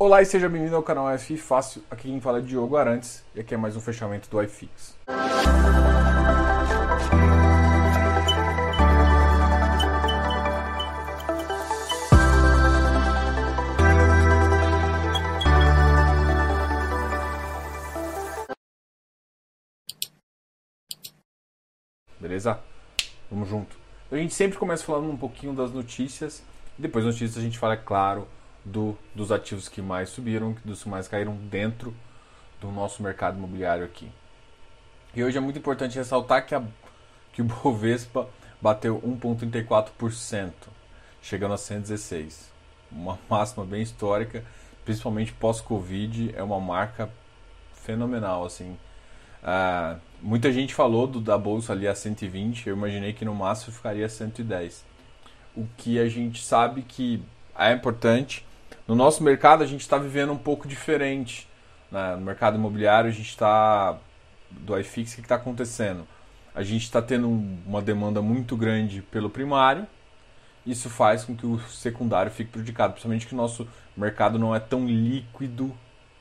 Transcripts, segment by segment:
Olá e seja bem-vindo ao canal FI Fácil. Aqui quem fala é Diogo Arantes e aqui é mais um fechamento do iFix. Beleza? Vamos junto. A gente sempre começa falando um pouquinho das notícias e depois das notícias a gente fala, é claro, dos ativos que mais subiram, dos que mais caíram dentro do nosso mercado imobiliário aqui. E hoje é muito importante ressaltar que o Bovespa bateu 1,34%, chegando a 116. Uma máxima bem histórica, principalmente pós-Covid, é uma marca fenomenal, assim. Muita gente falou da bolsa ali a 120, eu imaginei que no máximo ficaria a 110. O que a gente sabe que é importante. No nosso mercado a gente está vivendo um pouco diferente, né? No mercado imobiliário a gente está, do iFix, o que está acontecendo? A gente está tendo uma demanda muito grande pelo primário, isso faz com que o secundário fique prejudicado, principalmente que o nosso mercado não é tão líquido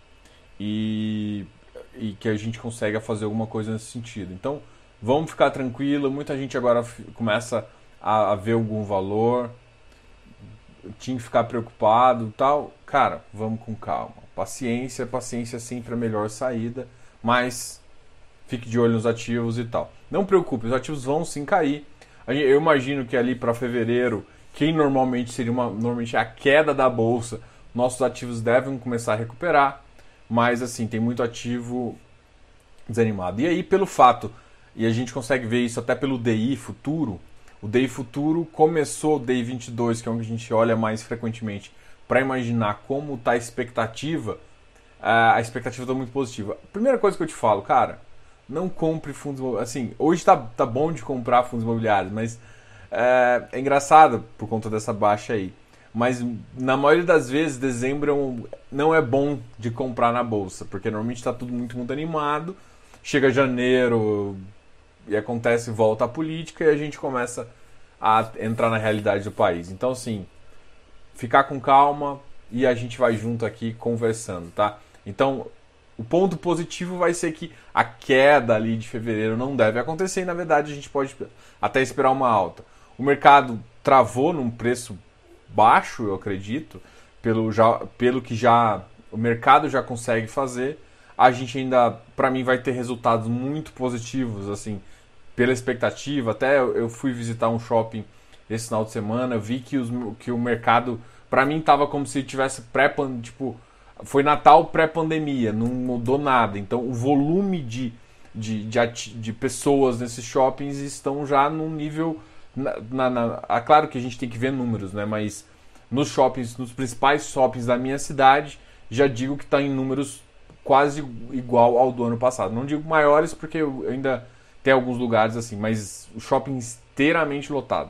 e que a gente consiga fazer alguma coisa nesse sentido. Então, vamos ficar tranquilo, muita gente agora começa a ver algum valor, tinha que ficar preocupado e tal. Cara, vamos com calma. Paciência sempre é a melhor saída, mas fique de olho nos ativos e tal. Não preocupe, os ativos vão sim cair. Eu imagino que ali para fevereiro, quem normalmente seria normalmente a queda da bolsa, nossos ativos devem começar a recuperar. Mas assim, tem muito ativo desanimado. E aí, pelo fato, e a gente consegue ver isso até pelo DI futuro, o DI futuro começou, o DI 22, que é onde a gente olha mais frequentemente, para imaginar como está a expectativa está muito positiva. Primeira coisa que eu te falo, cara, não compre fundos imobiliários. Assim, hoje tá bom de comprar fundos imobiliários, mas é engraçado por conta dessa baixa aí. Mas na maioria das vezes, dezembro não é bom de comprar na bolsa, porque normalmente está tudo muito, muito animado. Chega janeiro e acontece, volta a política e a gente começa a entrar na realidade do país. Então, assim, ficar com calma e a gente vai junto aqui conversando, tá? Então, o ponto positivo vai ser que a queda ali de fevereiro não deve acontecer e, na verdade, a gente pode até esperar uma alta. O mercado travou num preço baixo, eu acredito, pelo que o mercado já consegue fazer. A gente ainda, para mim, vai ter resultados muito positivos, assim, pela expectativa. Até eu fui visitar um shopping esse final de semana, eu vi que o mercado, para mim, estava como se tivesse tipo, foi Natal pré-pandemia, não mudou nada. Então, o volume de pessoas nesses shoppings estão já num nível... claro que a gente tem que ver números, né? Mas nos shoppings, nos principais shoppings da minha cidade, já digo que está em números quase igual ao do ano passado. Não digo maiores porque eu ainda tem alguns lugares assim, mas o shopping inteiramente lotado.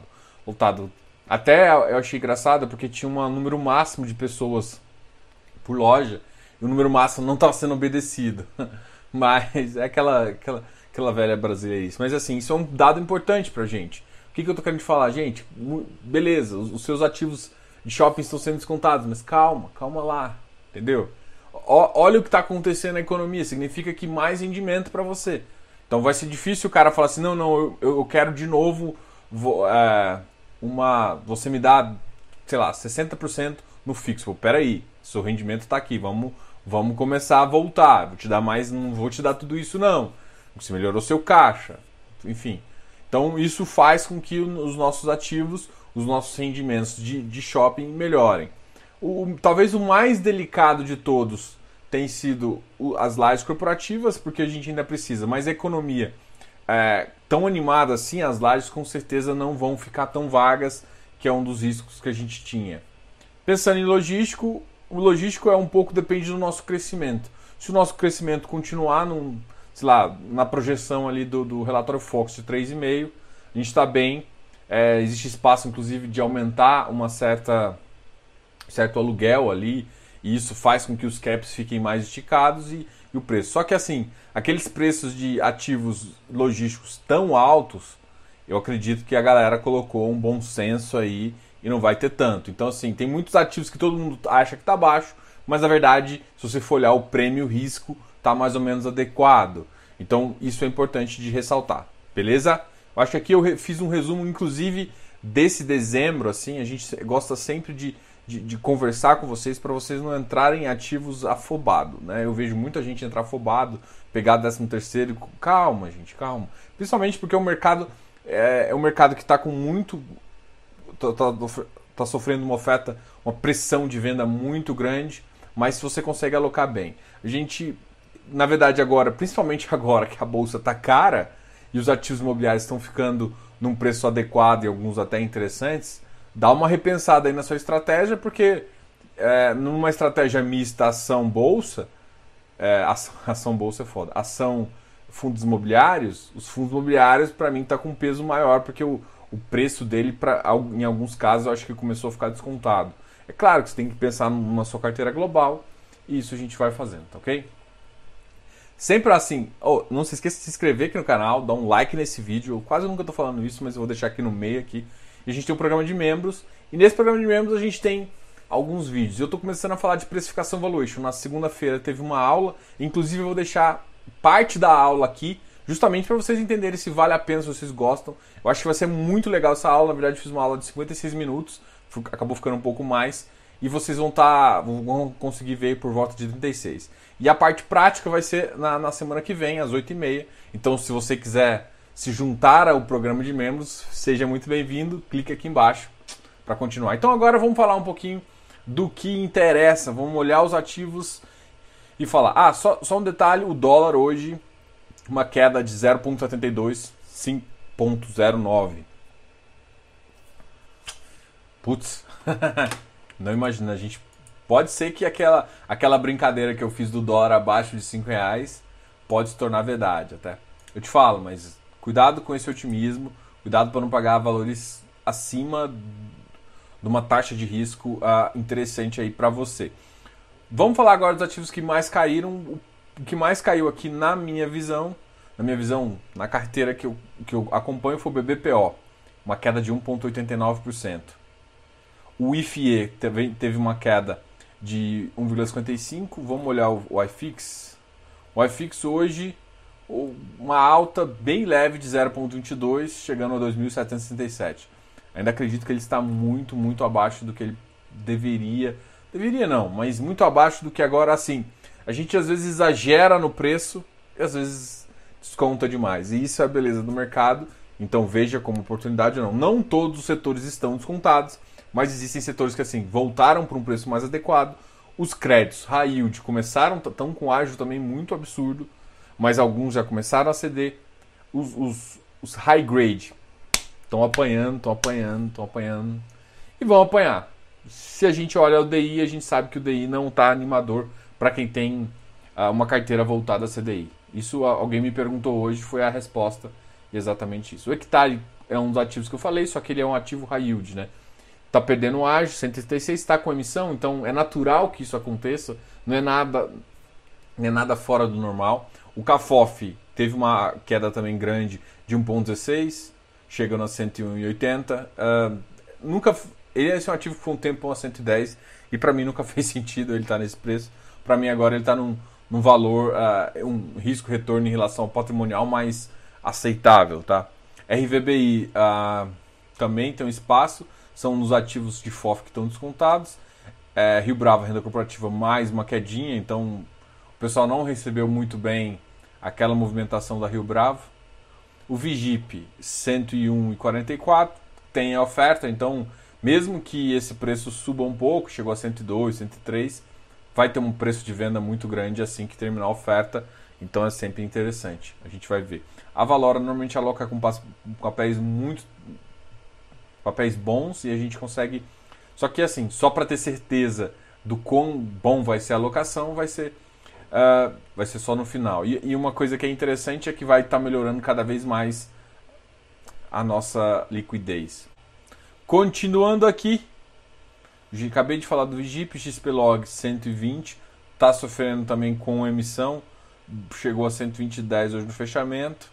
Até eu achei engraçado porque tinha um número máximo de pessoas por loja e o número máximo não estava sendo obedecido. Mas é aquela velha brasileirice. Mas assim, isso é um dado importante pra gente. O que eu tô querendo te falar? Gente, beleza, os seus ativos de shopping estão sendo descontados, mas calma lá, entendeu? Olha o que está acontecendo na economia, significa que mais rendimento para você. Então vai ser difícil o cara falar assim, não, eu quero de novo, você me dá, sei lá, 60% no fixo. Pô, peraí, seu rendimento está aqui, vamos começar a voltar, vou te dar mais, não vou te dar tudo isso não. Você melhorou seu caixa, enfim. Então isso faz com que os nossos ativos, os nossos rendimentos de shopping melhorem. Talvez o mais delicado de todos tem sido as lajes corporativas, porque a gente ainda precisa, mas a economia tão animada assim, as lajes com certeza não vão ficar tão vagas, que é um dos riscos que a gente tinha. Pensando em logístico, o logístico um pouco depende do nosso crescimento. Se o nosso crescimento continuar sei lá, na projeção ali do relatório Fox de 3,5, a gente está bem. Existe espaço, inclusive, de aumentar certo aluguel ali, e isso faz com que os caps fiquem mais esticados e o preço. Só que assim, aqueles preços de ativos logísticos tão altos, eu acredito que a galera colocou um bom senso aí e não vai ter tanto. Então assim, tem muitos ativos que todo mundo acha que está baixo, mas na verdade, se você for olhar o prêmio risco, está mais ou menos adequado. Então isso é importante de ressaltar, beleza? Eu acho que aqui eu fiz um resumo, inclusive, desse dezembro, assim, a gente gosta sempre de conversar com vocês para vocês não entrarem em ativos afobados, né? Eu vejo muita gente entrar afobado, pegar 13º, calma, gente, calma. Principalmente porque o mercado é um mercado que está com muito... Tá sofrendo uma oferta, uma pressão de venda muito grande, mas se você consegue alocar bem. A gente, na verdade agora, principalmente agora que a bolsa está cara e os ativos imobiliários estão ficando num preço adequado e alguns até interessantes, dá uma repensada aí na sua estratégia, porque numa estratégia mista ação-bolsa, ação-bolsa é foda, ação-fundos imobiliários, os fundos imobiliários para mim está com um peso maior, porque o preço dele, em alguns casos, eu acho que começou a ficar descontado. É claro que você tem que pensar na sua carteira global, e isso a gente vai fazendo, tá ok? Sempre assim, não se esqueça de se inscrever aqui no canal, dar um like nesse vídeo. Eu quase nunca estou falando isso, mas eu vou deixar aqui no meio aqui. E a gente tem um programa de membros, e nesse programa de membros a gente tem alguns vídeos. Eu estou começando a falar de precificação valuation. Na segunda-feira teve uma aula, inclusive eu vou deixar parte da aula aqui, justamente para vocês entenderem se vale a pena, se vocês gostam. Eu acho que vai ser muito legal essa aula. Na verdade, eu fiz uma aula de 56 minutos, acabou ficando um pouco mais, e vocês vão conseguir ver por volta de 36. E a parte prática vai ser na semana que vem, às 8h30. Então, se você quiser se juntar ao programa de membros, seja muito bem-vindo. Clique aqui embaixo para continuar. Então, agora vamos falar um pouquinho do que interessa. Vamos olhar os ativos e falar. Só um detalhe, o dólar hoje, uma queda de 0,72, 5,09. Putz, não imagina, a gente... Pode ser que aquela brincadeira que eu fiz do dólar abaixo de R$5 pode se tornar verdade até. Eu te falo, mas cuidado com esse otimismo, cuidado para não pagar valores acima de uma taxa de risco interessante aí para você. Vamos falar agora dos ativos que mais caíram. O que mais caiu aqui na minha visão, na carteira que eu acompanho, foi o BBPO, uma queda de 1,89%. O IFIE teve uma queda de 1,55%. Vamos olhar o iFix. O iFix hoje, uma alta bem leve de 0,22%, chegando a 2.767. Ainda acredito que ele está muito, muito abaixo do que ele deveria não, mas muito abaixo do que agora, assim, a gente às vezes exagera no preço e às vezes desconta demais. E isso é a beleza do mercado, então veja como oportunidade ou não. Não todos os setores estão descontados, mas existem setores que assim voltaram para um preço mais adequado. Os créditos high yield estão com ágio também muito absurdo, mas alguns já começaram a ceder. Os high grade estão apanhando e vão apanhar. Se a gente olha o DI, a gente sabe que o DI não está animador para quem tem uma carteira voltada a CDI. Isso alguém me perguntou hoje, foi a resposta exatamente isso. O hectare é um dos ativos que eu falei, só que ele é um ativo high yield, né? Está perdendo ágio, 136 está com emissão, então é natural que isso aconteça, não é nada fora do normal. O CAFOF teve uma queda também grande de 1,16, chegando a 101,80. Ele é um ativo que foi um tempo a 110 e para mim nunca fez sentido ele estar nesse preço. Para mim agora ele está num valor, um risco-retorno em relação ao patrimonial mais aceitável, tá? RVBI também tem um espaço. São nos ativos de FOF que estão descontados. Rio Bravo, renda corporativa, mais uma quedinha. Então, o pessoal não recebeu muito bem aquela movimentação da Rio Bravo. O Vigip, 101,44. Tem a oferta. Então, mesmo que esse preço suba um pouco, chegou a 102, 103, vai ter um preço de venda muito grande assim que terminar a oferta. Então, é sempre interessante. A gente vai ver. A Valora normalmente aloca com papéis bons e a gente consegue... Só que assim, só para ter certeza do quão bom vai ser a alocação, vai ser só no final. E uma coisa que é interessante é que vai estar melhorando cada vez mais a nossa liquidez. Continuando aqui, acabei de falar do Vigip, XPlog 120, está sofrendo também com emissão, chegou a 120,10 hoje no fechamento.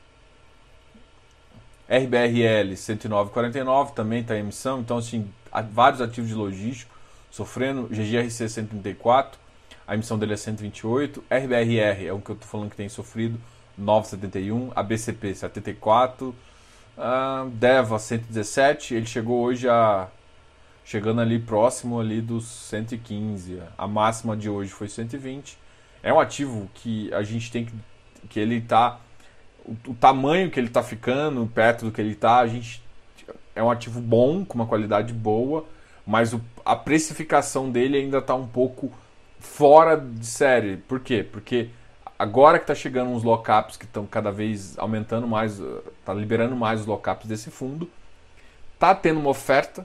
RBRL 109,49 também está em emissão, então assim, vários ativos de logístico sofrendo. GGRC 134, a emissão dele é 128, RBRR é o que eu estou falando que tem sofrido, 9,71, a BCP 74, DEVA 117, ele chegou hoje chegando ali próximo ali dos 115, a máxima de hoje foi 120. É um ativo que a gente tem que ele tá, o tamanho que ele está ficando, perto do que ele está, é um ativo bom, com uma qualidade boa, mas a precificação dele ainda está um pouco fora de série. Por quê? Porque agora que está chegando uns lockups que estão cada vez aumentando mais, está liberando mais os lockups desse fundo, está tendo uma oferta,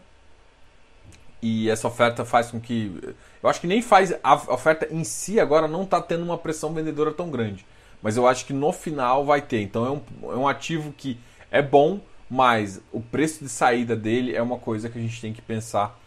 e essa oferta faz com que... Eu acho que nem faz... A oferta em si agora não está tendo uma pressão vendedora tão grande. Mas eu acho que no final vai ter. Então é um ativo que é bom, mas o preço de saída dele é uma coisa que a gente tem que pensar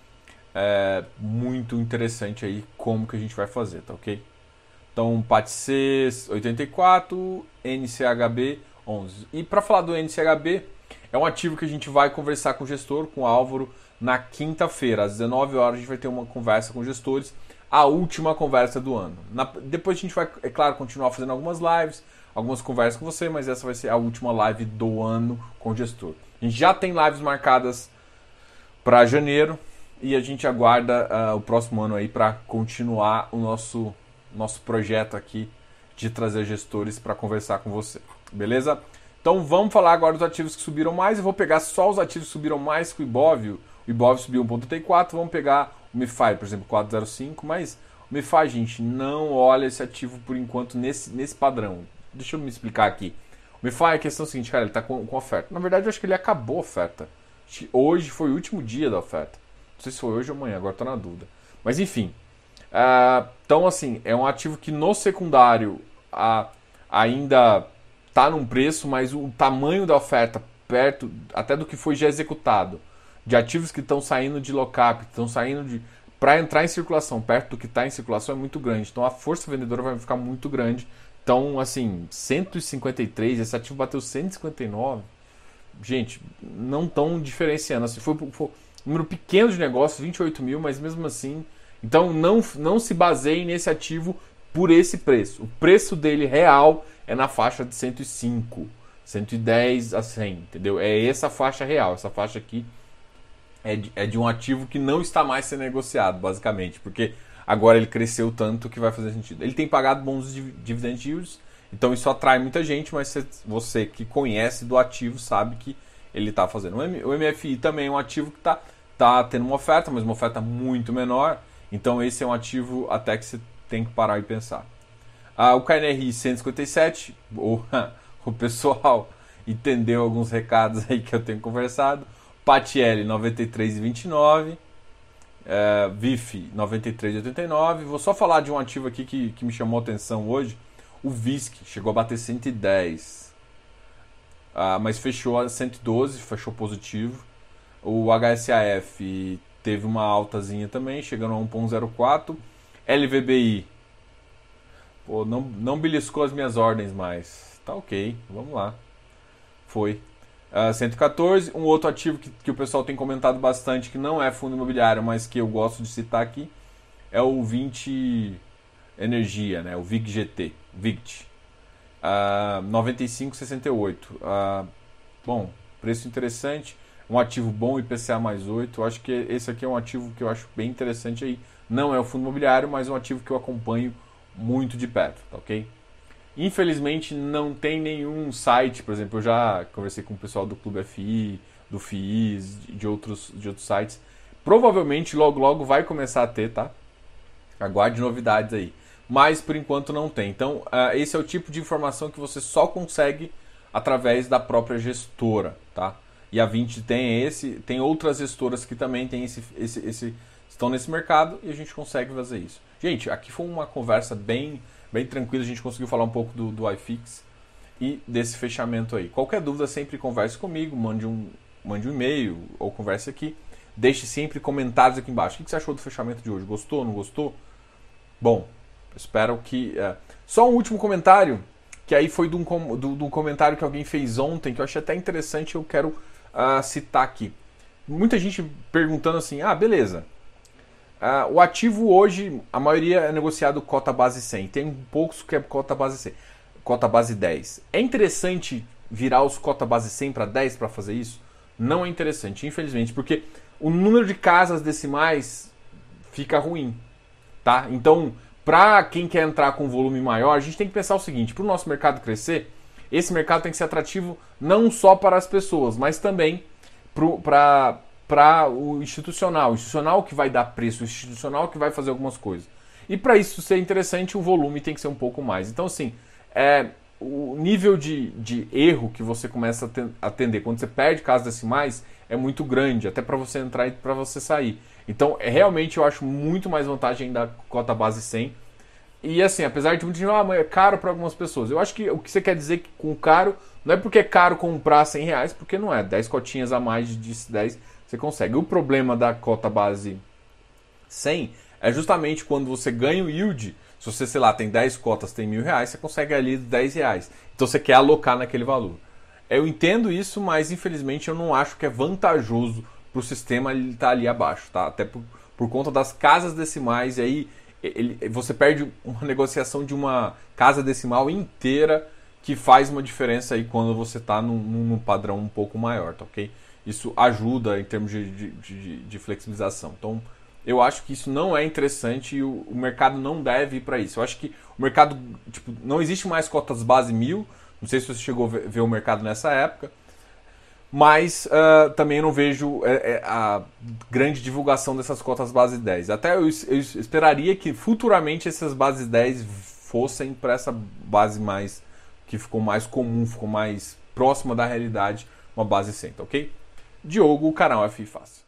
muito interessante aí, como que a gente vai fazer, tá ok? Então, PATC 84, NCHB 11. E para falar do NCHB, é um ativo que a gente vai conversar com o gestor, com o Álvaro, na quinta-feira, às 19 horas, a gente vai ter uma conversa com gestores, a última conversa do ano. Depois a gente vai, é claro, continuar fazendo algumas lives, algumas conversas com você, mas essa vai ser a última live do ano com o gestor. A gente já tem lives marcadas para janeiro e a gente aguarda o próximo ano aí para continuar o nosso projeto aqui de trazer gestores para conversar com você. Beleza? Então vamos falar agora dos ativos que subiram mais. Eu vou pegar só os ativos que subiram mais que o Ibov. O Ibov subiu 1,84. Vamos pegar o MiFi, por exemplo, 4,05. Mas o MiFi, gente, não olha esse ativo por enquanto nesse padrão. Deixa eu me explicar aqui. O MiFi, a questão é a seguinte, cara, ele está com oferta. Na verdade, eu acho que ele acabou a oferta. Hoje foi o último dia da oferta. Não sei se foi hoje ou amanhã, agora estou na dúvida. Mas enfim. Então, assim, é um ativo que no secundário ainda está num preço, mas o tamanho da oferta, perto até do que foi já executado, de ativos que estão saindo de lockup, estão saindo para entrar em circulação, perto do que está em circulação, é muito grande. Então a força vendedora vai ficar muito grande. Então, assim, 153, esse ativo bateu 159. Gente, não estão diferenciando. Assim, foi um número pequeno de negócios, 28 mil, mas mesmo assim. Então não se baseie nesse ativo por esse preço. O preço dele real é na faixa de 105, 110 a 100, entendeu? É essa faixa real. Essa faixa aqui é de um ativo que não está mais sendo negociado, basicamente, porque agora ele cresceu tanto que vai fazer sentido. Ele tem pagado bons dividend yields, então isso atrai muita gente, mas você que conhece do ativo sabe que ele está fazendo. O MFI também é um ativo que está tendo uma oferta, mas uma oferta muito menor, então esse é um ativo até que você tem que parar e pensar. O KNRI 157, o pessoal entendeu alguns recados aí que eu tenho conversado. PATL 93,29, VIF 93,89. Vou só falar de um ativo aqui que me chamou a atenção hoje. O VISC chegou a bater 110, mas fechou a 112, fechou positivo. O HSAF teve uma altazinha também, chegando a 1,04. LVBI, pô, não beliscou as minhas ordens mais. Tá ok, vamos lá. Foi. 114. Um outro ativo que o pessoal tem comentado bastante, que não é fundo imobiliário, mas que eu gosto de citar aqui, é o 20 Energia, né? O VIGGT. VIGT. 95,68. Bom, preço interessante. Um ativo bom, IPCA mais 8. Eu acho que esse aqui é um ativo que eu acho bem interessante aí. Não é o fundo imobiliário, mas é um ativo que eu acompanho muito de perto, tá ok? Infelizmente não tem nenhum site, por exemplo, eu já conversei com o pessoal do Clube FI, do FIIs, de outros sites. Provavelmente logo vai começar a ter, tá? Aguarde novidades aí. Mas por enquanto não tem. Então esse é o tipo de informação que você só consegue através da própria gestora, tá? E a 20 tem outras gestoras que também tem estão nesse mercado e a gente consegue fazer isso. Gente, aqui foi uma conversa bem tranquila, a gente conseguiu falar um pouco do iFix e desse fechamento aí. Qualquer dúvida, sempre converse comigo, mande um e-mail ou converse aqui. Deixe sempre comentários aqui embaixo. O que você achou do fechamento de hoje? Gostou, não gostou? Bom, espero que... Só um último comentário, que aí foi de um comentário que alguém fez ontem, que eu achei até interessante, eu quero citar aqui. Muita gente perguntando assim, beleza, O ativo hoje, a maioria é negociado cota base 100. Tem poucos que é cota base 100, cota base 10. É interessante virar os cota base 100 para 10 para fazer isso? Não é interessante, infelizmente, porque o número de casas decimais fica ruim, tá? Então, para quem quer entrar com volume maior, a gente tem que pensar o seguinte: para o nosso mercado crescer, esse mercado tem que ser atrativo não só para as pessoas, mas também para o institucional que vai dar preço, o institucional que vai fazer algumas coisas. E para isso ser interessante, o volume tem que ser um pouco mais. Então, assim, o nível de erro que você começa a atender quando você perde casas decimais é muito grande, até para você entrar e para você sair. Então, realmente eu acho muito mais vantagem da cota base 100. E assim, apesar de muita gente falar, é caro para algumas pessoas. Eu acho que o que você quer dizer que com caro, não é porque é caro comprar R$100, porque não é. 10 cotinhas a mais de 10 você consegue. O problema da cota base 100 é justamente quando você ganha o yield. Se você, sei lá, tem 10 cotas, tem R$1.000, você consegue ali R$10. Então você quer alocar naquele valor. Eu entendo isso, mas infelizmente eu não acho que é vantajoso para o sistema ele estar ali abaixo, tá? Até por conta das casas decimais, e aí você perde uma negociação de uma casa decimal inteira que faz uma diferença aí quando você está num padrão um pouco maior, tá ok? Isso ajuda em termos de flexibilização. Então, eu acho que isso não é interessante e o mercado não deve ir para isso. Eu acho que o mercado, não existe mais cotas base 1000. Não sei se você chegou a ver o mercado nessa época, mas também não vejo a grande divulgação dessas cotas base 10. Até eu esperaria que futuramente essas bases 10 fossem para essa base mais que ficou mais comum, ficou mais próxima da realidade, uma base 100, ok? Diogo, canal FI Fácil.